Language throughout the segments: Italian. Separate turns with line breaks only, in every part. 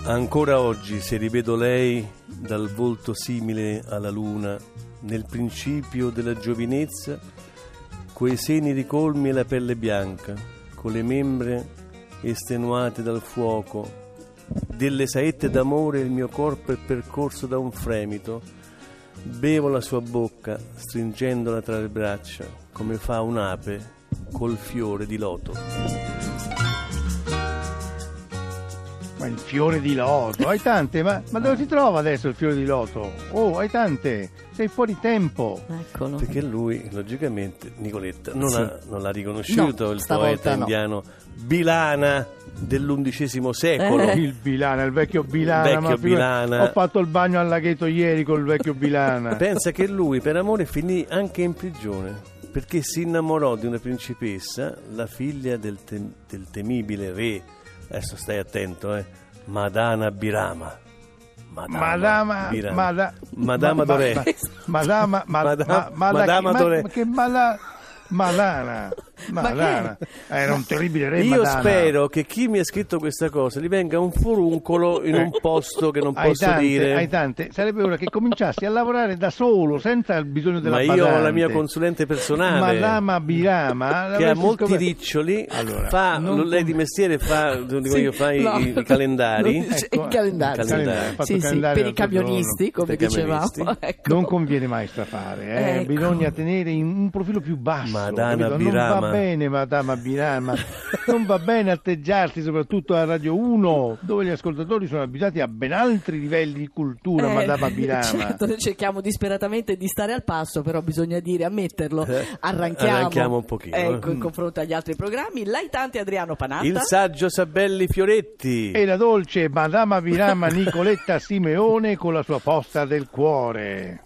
Ancora oggi, se rivedo lei dal volto simile alla luna, nel principio della giovinezza, coi seni ricolmi e la pelle bianca, con le membra estenuate dal fuoco, delle saette d'amore il mio corpo è percorso da un fremito, bevo la sua bocca stringendola tra le braccia, come fa un'ape col fiore di loto.
Ma il fiore di loto, hai tante, ma dove si trova adesso il fiore di loto? Oh, hai tante, sei fuori tempo.
Eccolo.
Perché lui, logicamente, Nicoletta, non l'ha riconosciuto,
No,
il
stavolta
poeta
no.
indiano Bilana dell'undicesimo secolo.
Il Bilana, il vecchio Bilana.
Bilana.
Ho fatto il bagno al laghetto ieri col vecchio Bilana.
Pensa che lui per amore finì anche in prigione, perché si innamorò di una principessa, la figlia del temibile re, adesso stai attento, Madama Birama.
Madama
Dorè.
Madama Dorè. Che Malana. Era un terribile re.
Io
Madana.
spero che chi mi ha scritto questa cosa gli venga un furuncolo in un posto che non posso dire.
Hai tante. Sarebbe ora che cominciassi a lavorare da solo, senza il bisogno della badante.
Ma io ho la mia consulente personale,
Madama Birama,
che ha molti riccioli. Allora, lei di mestiere fa i calendari.
I calendari. Sì, per i camionisti, come dicevamo. Ecco.
Non conviene mai strafare,
Ecco.
Bisogna tenere in un profilo più basso.
Madama
Non
Birama.
va bene, Madama Birama. Non va bene atteggiarsi, soprattutto a Radio 1, dove gli ascoltatori sono abituati a ben altri livelli di cultura, Madama Birama.
Certo, noi cerchiamo disperatamente di stare al passo, però bisogna dire, ammetterlo, arranchiamo
un pochino.
Ecco, in confronto agli altri programmi. L'aitante Adriano Panatta.
Il saggio Sabelli Fioretti.
E la dolce Madama Birama Nicoletta Simeone con la sua posta del cuore.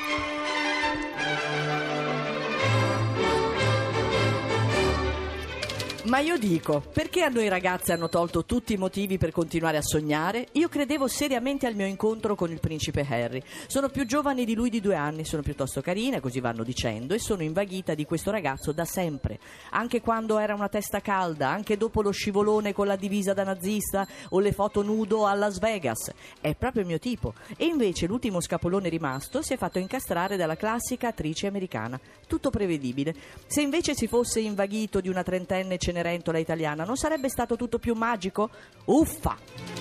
Ma io dico, perché a noi ragazzi hanno tolto tutti i motivi per continuare a sognare? Io credevo seriamente al mio incontro con il principe Harry. Sono più giovani di lui di 2 anni, sono piuttosto carina, così vanno dicendo, e sono invaghita di questo ragazzo da sempre. Anche quando era una testa calda, anche dopo lo scivolone con la divisa da nazista o le foto nudo a Las Vegas. È proprio il mio tipo. E invece l'ultimo scapolone rimasto si è fatto incastrare dalla classica attrice americana. Tutto prevedibile. Se invece si fosse invaghito di una trentenne Cenerentola italiana, non sarebbe stato tutto più magico? Uffa!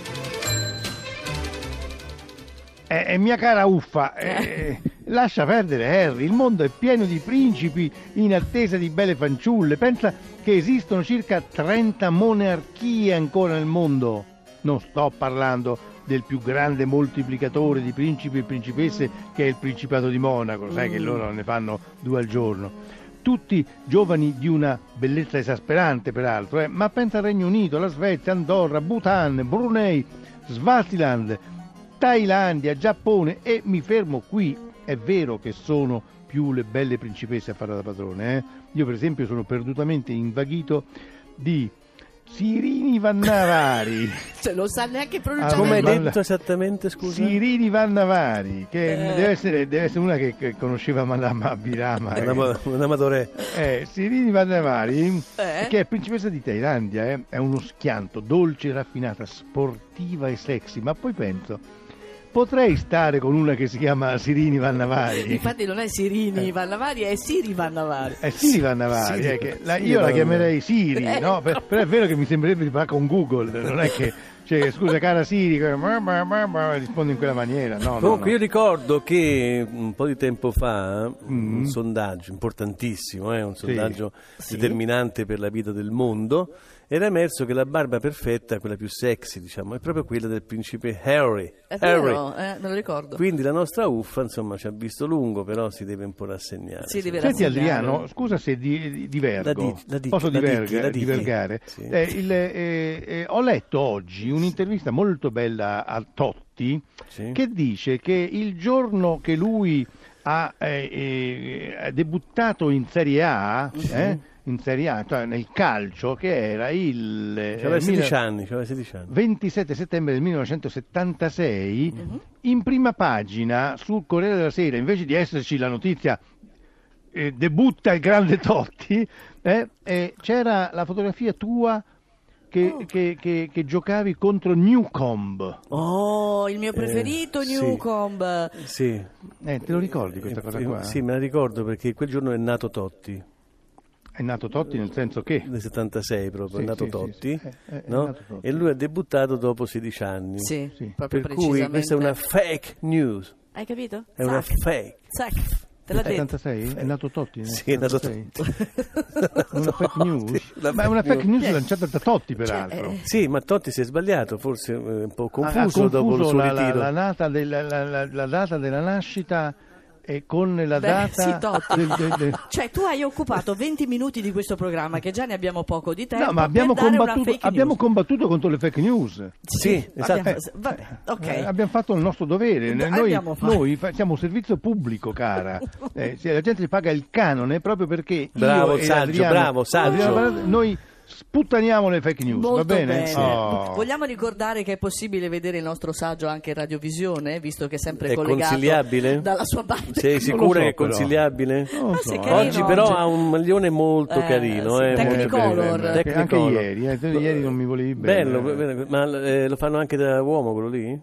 Mia cara Uffa, lascia perdere Harry, il mondo è pieno di principi in attesa di belle fanciulle. Pensa che esistono circa 30 monarchie ancora nel mondo. Non sto parlando del più grande moltiplicatore di principi e principesse che è il Principato di Monaco, sai che loro ne fanno 2 al giorno. Tutti giovani di una bellezza esasperante, peraltro, ma pensa al Regno Unito, alla Svezia, Andorra, Bhutan, Brunei, Swaziland, Thailandia, Giappone, e mi fermo qui. È vero che sono più le belle principesse a fare da padrone, Io per esempio sono perdutamente invaghito di Sirini Vannavari.
Cioè, non sa neanche pronunciare.
Come hai detto esattamente, scusa?
Sirini Vannavari, che deve essere una che conosceva Madama Birama.
Madama Dorè.
Sirini Vannavari, che è principessa di Thailandia, è uno schianto, dolce, raffinata, sportiva e sexy, ma poi penso, potrei stare con una che si chiama Sirini Vannavari.
Infatti non è Sirini Vannavari, è Siri Vannavari.
È Siri Vannavari, io la chiamerei Siri, no? Però è vero che mi sembrerebbe di parlare con Google, non è che, cioè, scusa cara Siri, rispondo in quella maniera.
Comunque io ricordo che un po' di tempo fa un sondaggio importantissimo, un sondaggio determinante per la vita del mondo, era emerso che la barba perfetta, quella più sexy, diciamo, è proprio quella del principe Harry.
È vero, me lo ricordo.
Quindi la nostra Uffa, insomma, ci ha visto lungo, però si deve un po' rassegnare.
Senti Adriano, scusa se divergo, posso divergare?
Sì.
Ho letto oggi un'intervista molto bella a Totti, che dice che il giorno che lui ha debuttato in Serie A, cioè nel calcio, che era
C'aveva 16 anni.
27 settembre del 1976, in prima pagina sul Corriere della Sera, invece di esserci la notizia debutta il grande Totti, c'era la fotografia tua che giocavi contro Newcomb.
Oh, il mio preferito
sì.
Newcomb.
Sì.
Te lo ricordi questa cosa qua?
Sì, me la ricordo perché quel giorno è nato Totti.
È nato Totti nel senso che...
Nel 76 proprio,
Sì,
è nato
sì,
Totti,
sì, sì. È
no?
nato Totti.
E lui ha debuttato dopo 16 anni.
Sì,
Sì.
proprio
Per cui
precisamente.
questa è una fake news.
Hai capito?
È una
Zac.
fake.
Zac. Te l'ha detto.
76? È nato Totti? nel
Sì, è nato
76?
Totti.
Una fake news?
Una
Ma è una fake
news.
news lanciata da Totti, peraltro.
Sì, ma Totti si è sbagliato, forse un po'
Ha
confuso dopo il suo ritiro.
la data della nascita e con la
Beh,
data
sì, Totti.
del-
Cioè, tu hai occupato 20 minuti di questo programma, che già ne abbiamo poco di tempo.
No, ma abbiamo
per dare una
combattuto,
fake
abbiamo
news.
combattuto contro le fake news.
Sì, esatto.
Vabbè, ok.
Abbiamo fatto il nostro dovere.
Abbiamo fatto.
Noi facciamo un servizio pubblico, cara. La gente ci paga il canone proprio perché
Bravo,
io e
saggio,
Adriano-
bravo, saggio.
Adriano, noi sputtaniamo le fake news,
Molto
va bene? Oh.
Vogliamo ricordare che è possibile vedere il nostro saggio anche in radiovisione, visto che è sempre
È
collegato
consigliabile?
dalla sua parte.
Sei
Non
sicura
lo so,
che è
però.
consigliabile?
Non lo
Ah,
so.
sì, carino.
Oggi però
oggi.
ha un maglione molto carino.
sì,
molto
Technicolor.
bello.
Anche
Technicolor.
ieri, ieri non mi volevi bene.
Bello, ma lo fanno anche da uomo quello lì?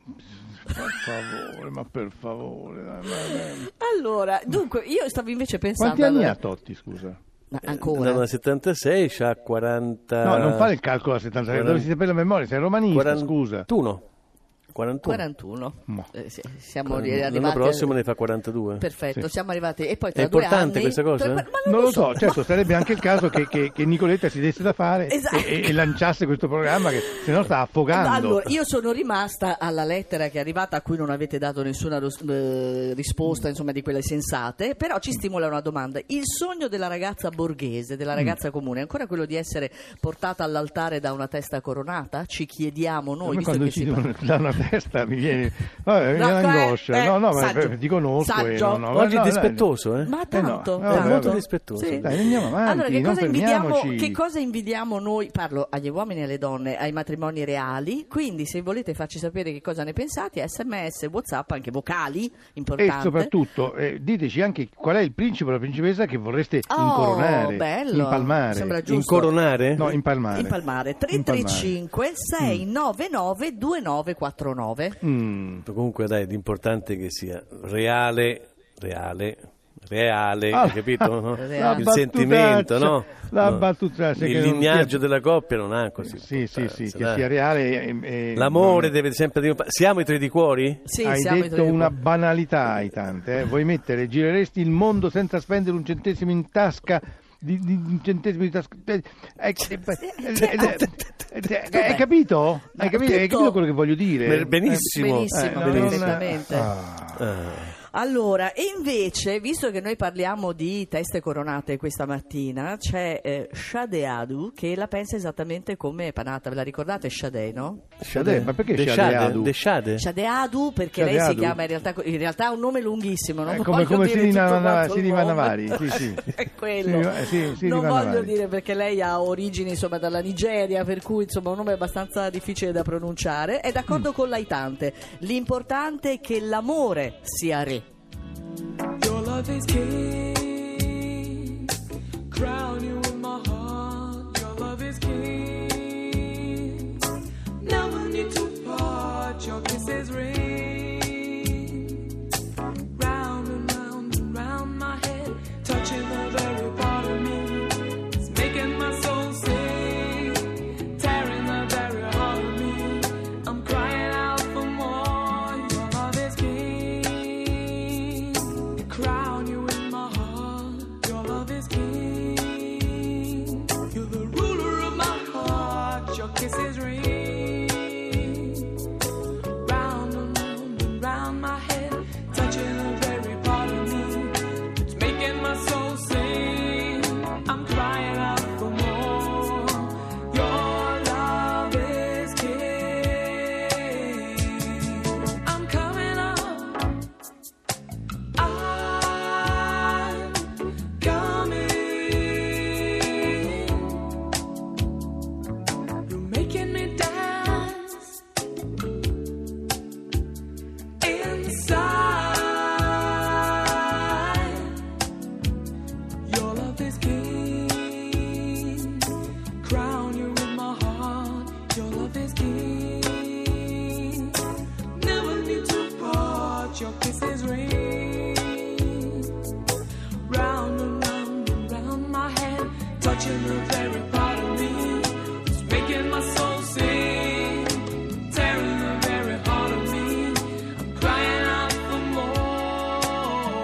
Per favore.
Allora, dunque, io stavo invece pensando...
Quanti anni ha Totti, scusa?
Ma ancora?
Nel 76 c'ha 40...
No, non fare il calcolo a 76, dovresti sapere la memoria, sei romanista, scusa.
41.
Mo. Siamo
L'anno
arrivati...
prossimo ne fa 42.
Perfetto,
Sì.
siamo arrivati... E poi
È
tra 2
importante
anni...
questa cosa?
Ma
Non lo so, certo, sarebbe anche il caso che Nicoletta si desse da fare
Esatto.
e lanciasse questo programma che se no sta affogando.
Allora, io sono rimasta alla lettera che è arrivata, a cui non avete dato nessuna risposta, insomma, di quelle sensate, però ci stimola una domanda. Il sogno della ragazza borghese, della ragazza comune, è ancora quello di essere portata all'altare da una testa coronata? Ci chiediamo noi,
A me
visto
quando
che
ci
si
dicono da una testa mi viene, vabbè, mi
No,
viene angoscia. No, ma
saggio.
ti conosco.
Saggio.
Oggi è
no,
dispettoso, eh?
Ma tanto,
no, vabbè,
tanto.
molto
rispettoso.
Sì.
Dai, andiamo avanti,
Allora,
non fermiamoci.
che cosa invidiamo noi? Parlo agli uomini e alle donne, ai matrimoni reali. Quindi, se volete farci sapere che cosa ne pensate, SMS, WhatsApp, anche vocali,
E
importante.
soprattutto diteci anche qual è il principe o la principessa che vorreste
Oh,
incoronare,
bello.
impalmare.
Sembra giusto.
Incoronare?
No, impalmare.
Impalmare 335 699 2949.
Comunque dai, l'importante è che sia reale,
Ah,
hai capito? No?
Reale.
Il sentimento, no?
La
No.
battuta, se
Il
che non
lignaggio
sia-
della coppia non ha così.
Sì,
importanza,
che
dai.
sia reale.
L'amore deve sempre dire... Siamo i tre di cuori?
Sì,
Hai
siamo
detto una banalità ai tante. Vuoi mettere, gireresti il mondo senza spendere un centesimo in tasca? Di un centesimo di tasca? Hai capito? Hai capito quello che voglio dire?
Benissimo.
Benissimo,
no,
perfettamente.
Ah.
Allora, e invece, visto che noi parliamo di teste coronate questa mattina, c'è Sade Adu che la pensa esattamente come Panata. Ve la ricordate Sade, no?
Sade, ma perché
De
Sade
Shade?
Adu?
De Shade?
Sade Adu perché
Sade
lei si
Adu?
chiama in realtà ha un nome lunghissimo, non
come
voglio dire
Siri
tutto
Navari,
quanto il
Siri
nome.
Navari, sì.
È quello.
Siri
non
Navari.
voglio dire perché lei ha origini insomma dalla Nigeria, per cui insomma un nome abbastanza difficile da pronunciare. È d'accordo con l'Aitante. L'importante è che l'amore sia re.
Your love is king, crown you in my heart. Your love is king, never need to part. Your kisses ring, round and round my head, touching the very part of me. It's making my soul sing, tearing the very heart of me. I'm crying out for more. Your love is king. Crown you in my heart, your love is king. You're the ruler of my heart, your kisses ring. Round and round my head, touching the very part of me. It's making my soul sing. I'm crying out for more. Your love is king. I'm coming up. I'm coming. You're making me dance. my soul sing, tearing the very heart of me. I'm crying out for more.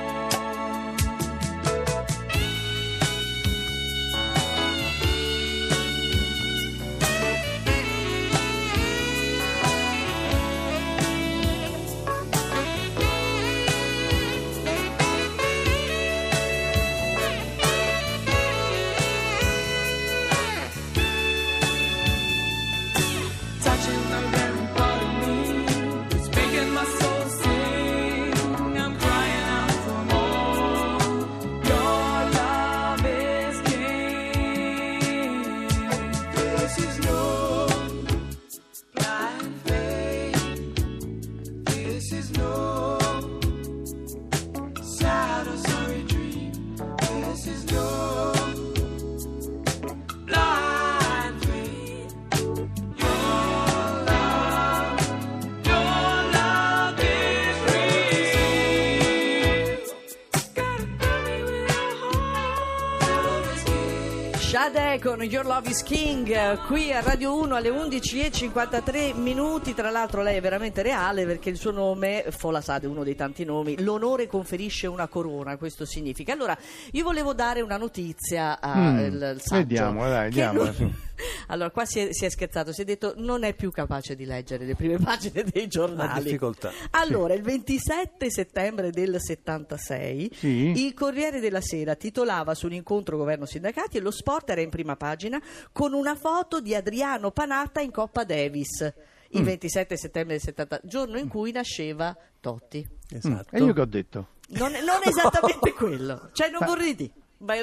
Touching the very part of me, it's making my soul sing. I'm crying out for more. Your love is king. This is no blind faith. This is no sad or sorry dream. This is no blind faith. Your love is real. Gotta fill me with your heart.
Sade con Your Love is King, qui a Radio 1 alle 11:53 minuti. Tra l'altro lei è veramente reale perché il suo nome, Fola Sade, uno dei tanti nomi, l'onore conferisce una corona, questo significa. Allora, io volevo dare una notizia al saggio.
Vediamo, dai,
che
andiamola
non-
su.
Allora, qua si è scherzato, si è detto non è più capace di leggere le prime pagine dei
Ha
giornali.
difficoltà.
Allora, il 27 settembre del 76,
Sì.
il Corriere della Sera titolava su un incontro governo-sindacati e lo sport era in prima pagina con una foto di Adriano Panatta in Coppa Davis. Il 27 settembre del 70, giorno in cui nasceva Totti.
Esatto.
E io che ho detto?
Non esattamente quello, cioè non vorrei dire. Ma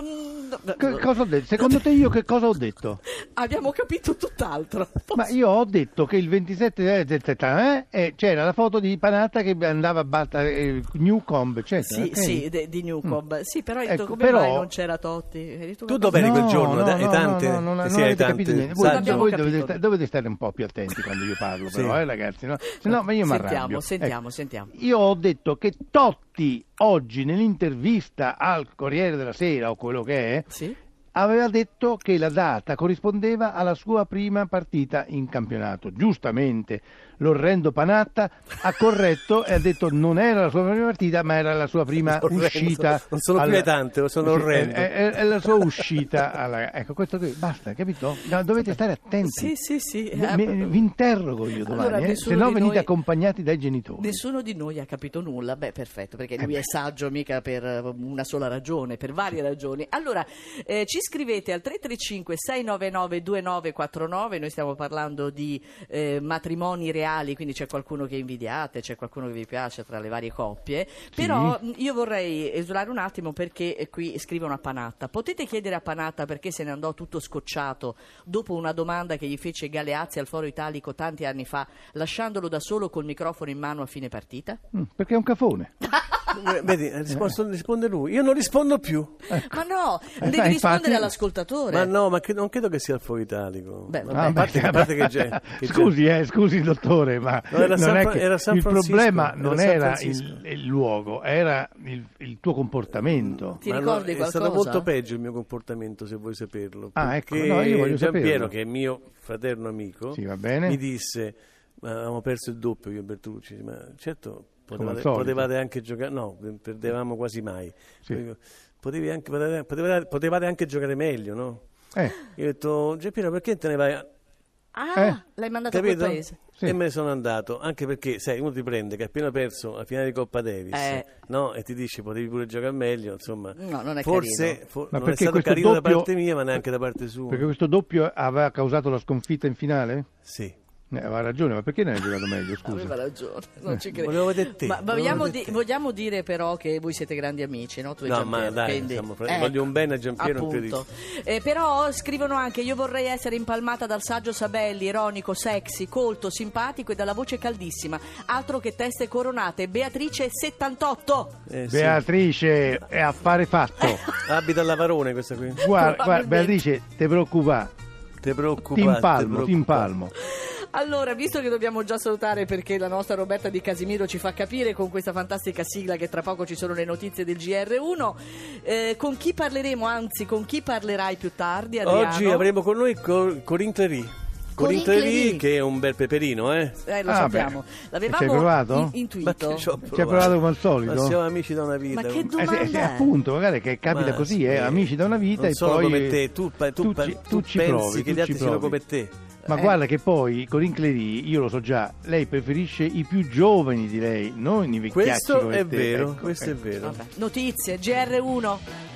Cosa ho detto? Secondo te io che cosa ho detto?
abbiamo capito tutt'altro.
Ma io ho detto che il 27 del 70 c'era la foto di Panatta che andava a battere Newcomb, eccetera.
Sì,
ok?
sì, di Newcomb. Sì, però hai detto
Ecco,
come
però-
mai non c'era Totti? Hai detto
Tu
qualcosa?
dove eri quel giorno?
No,
Etante?
no, non
Che sia
avete
Etante?
capito niente.
Non
Voi,
abbiamo
voi
capito.
dovete stare un po' più attenti quando io parlo,
Sì.
però, ragazzi, no? Se no, ma io mi arrabbio.
Sentiamo.
Ecco, io ho detto che Totti oggi nell'intervista al Corriere della Sera o quello che è
Sì?
aveva detto che la data corrispondeva alla sua prima partita in campionato. Giustamente l'orrendo Panatta ha corretto e ha detto non era la sua prima partita ma era la sua prima
Orrendo.
uscita.
Non sono più Etante, sono orrendo.
È la sua uscita ecco, questo qui, basta, capito? No, dovete stare attenti.
Sì.
Vi interrogo io domani,
Allora,
se
nessuno
no
di
venite
noi-
accompagnati dai genitori.
Nessuno di noi ha capito nulla. Beh, perfetto, perché lui è saggio mica per una sola ragione, per varie ragioni. Allora, ci scrivete al 335 699 2949. Noi stiamo parlando di matrimoni reali, quindi c'è qualcuno che invidiate, c'è qualcuno che vi piace tra le varie coppie. Però io vorrei esulare un attimo perché qui scrive una Panatta. Potete chiedere a Panatta perché se ne andò tutto scocciato dopo una domanda che gli fece Galeazzi al Foro Italico tanti anni fa, lasciandolo da solo col microfono in mano a fine partita?
Perché è un cafone.
Vedi, risponde lui. Io non rispondo più.
Ma no, devi
infatti-
rispondere all'ascoltatore.
Ma no, ma non credo che sia il Foro Italico.
Beh,
Vabbè, a parte che c'è.
Scusi dottore, ma
No, era
non è
San-
che
era San
il
Francisco,
problema
era
non
San
era
Francisco.
il luogo, era il tuo comportamento.
Ti
Ma
ricordi
è
qualcosa?
stato molto peggio il mio comportamento, se vuoi saperlo.
Ah, ecco,
perché
no, io voglio
Giampiero,
saperlo.
che è mio fraterno amico,
Sì, va bene.
mi disse: "Ma avevamo perso il doppio io e Bertucci, ma certo
Come al solito.
potevate anche giocare, no, perdevamo quasi mai.
Sì.
Dico, potevate anche giocare meglio, no? Io ho detto: Giampiero, perché te ne vai?
L'hai mandato a
Capito?
quel paese.
Sì.
E me ne sono andato, anche perché sai, uno ti prende che ha appena perso la finale di Coppa Davis, no? E ti dice potevi pure giocare meglio, insomma.
No, non è
forse
carino.
Ma
non è
perché
stato
questo
carino da
doppio-
parte mia, ma neanche da parte sua.
Perché questo doppio aveva causato la sconfitta in finale?
Sì.
Aveva ragione, ma perché non hai giocato meglio, scusa?
Aveva ragione, non ci credo.
Volevo vedere te,
Ma
volevo vedere te.
vogliamo dire però che voi siete grandi amici, no? Tu e
No,
Giampiero,
ma dai,
quindi-
siamo voglio un bene a Giampiero
appunto. Però scrivono anche: io vorrei essere impalmata dal saggio Sabelli, ironico, sexy, colto, simpatico e dalla voce caldissima. Altro che teste coronate. Beatrice 78.
Sì.
Beatrice, è affare fatto.
Abita a Lavarone questa qui.
Guarda,
Probabilmente.
Beatrice, te preoccupare.
Te
Ti
preoccupare.
impalmo.
Allora, visto che dobbiamo già salutare perché la nostra Roberta Di Casimiro ci fa capire con questa fantastica sigla che tra poco ci sono le notizie del GR1, con chi parleremo, anzi con chi parlerai più tardi, Adriano?
Oggi avremo con noi Corinne Clery. Corinne Clery, che è un bel peperino,
Lo sappiamo. L'avevamo
Ci hai provato?
intuito.
Ci ho
Ci hai provato come al solito?
Ma siamo amici da una vita.
Ma che domanda è?
Appunto, magari che capita
Ma
così,
sì.
amici da una vita
Non
e
sono
poi
come te, tu
ci
pensi
provi,
che
tu
gli altri
ci
siano
provi.
come te.
Ma guarda che poi Corinne Clery, io lo so già, lei preferisce i più giovani di lei, non i vecchiacci
Questo
come
è
te,
vero,
ecco,
questo è
ecco.
vero.
Vabbè. Notizie, GR1.